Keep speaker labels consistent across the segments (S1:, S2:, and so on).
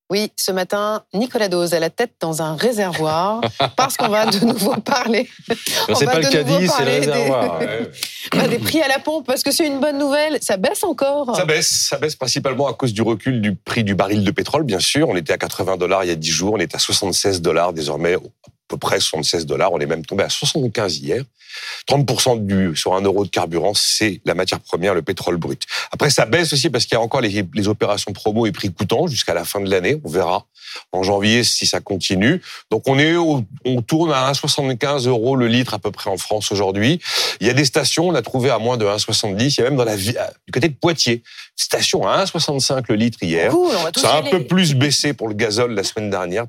S1: Oui, ce matin, Nicolas Dose a la tête dans un réservoir parce qu'on va de nouveau parler.
S2: C'est pas le caddie, c'est le réservoir.
S1: Des prix à la pompe, parce que c'est une bonne nouvelle. Ça baisse encore.
S3: Ça baisse principalement à cause du recul du prix du baril de pétrole, bien sûr. On était à $80 il y a 10 jours, on est à $76 désormais, à peu près $76. On est même tombé à 75 hier. 30% sur €1 de carburant, c'est la matière première, le pétrole brut. Après, ça baisse aussi parce qu'il y a encore les opérations promo et prix coûtants jusqu'à la fin de l'année. On verra en janvier si ça continue. Donc, on tourne à 1,75 € le litre à peu près en France aujourd'hui. Il y a des stations, on a trouvé à moins de 1,70. Il y a même du côté de Poitiers, station à 1,65 le litre hier.
S1: Cool, on va tous
S3: ça a un
S1: y aller.
S3: peu plus baissé pour le gazole la semaine dernière,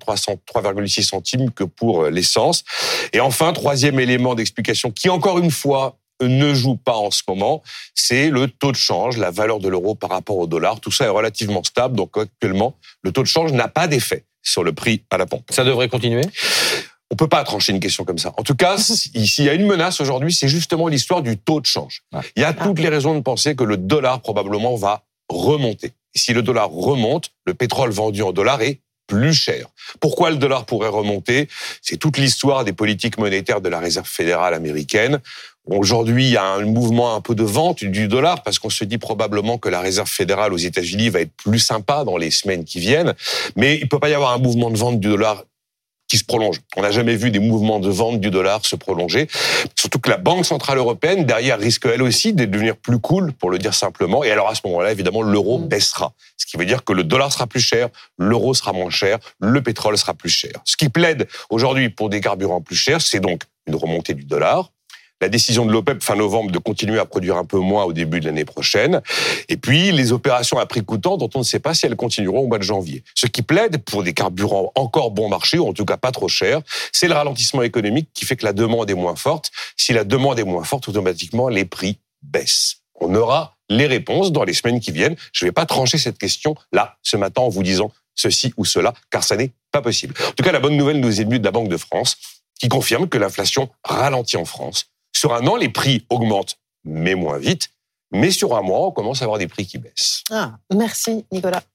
S3: 3,6 centimes que pour l'essence. Et enfin, troisième élément d'explication qui, encore une fois, ne joue pas en ce moment, c'est le taux de change, la valeur de l'euro par rapport au dollar. Tout ça est relativement stable, donc actuellement, le taux de change n'a pas d'effet sur le prix à la pompe.
S2: Ça devrait continuer ?
S3: On peut pas trancher une question comme ça. En tout cas, s'il y a une menace aujourd'hui, c'est justement l'histoire du taux de change. Il y a toutes les raisons de penser que le dollar probablement va remonter. Et si le dollar remonte, le pétrole vendu en dollars est plus cher. Pourquoi le dollar pourrait remonter ? C'est toute l'histoire des politiques monétaires de la Réserve fédérale américaine. Aujourd'hui, il y a un mouvement un peu de vente du dollar parce qu'on se dit probablement que la Réserve fédérale aux États-Unis va être plus sympa dans les semaines qui viennent. Mais il peut pas y avoir un mouvement de vente du dollar qui se prolonge. On n'a jamais vu des mouvements de vente du dollar se prolonger. Surtout que la Banque centrale européenne, derrière, risque elle aussi de devenir plus cool, pour le dire simplement. Et alors, à ce moment-là, évidemment, l'euro baissera. Ce qui veut dire que le dollar sera plus cher, l'euro sera moins cher, le pétrole sera plus cher. Ce qui plaide aujourd'hui pour des carburants plus chers, c'est donc une remontée du dollar. La décision de l'OPEP fin novembre de continuer à produire un peu moins au début de l'année prochaine. Et puis, les opérations à prix coûtant dont on ne sait pas si elles continueront au mois de janvier. Ce qui plaide pour des carburants encore bon marché, ou en tout cas pas trop chers, c'est le ralentissement économique qui fait que la demande est moins forte. Si la demande est moins forte, automatiquement, les prix baissent. On aura les réponses dans les semaines qui viennent. Je ne vais pas trancher cette question là, ce matin, en vous disant ceci ou cela, car ça n'est pas possible. En tout cas, la bonne nouvelle nous est venue de la Banque de France, qui confirme que l'inflation ralentit en France. Sur un an, les prix augmentent, mais moins vite. Mais sur un mois, on commence à avoir des prix qui baissent.
S1: Merci, Nicolas.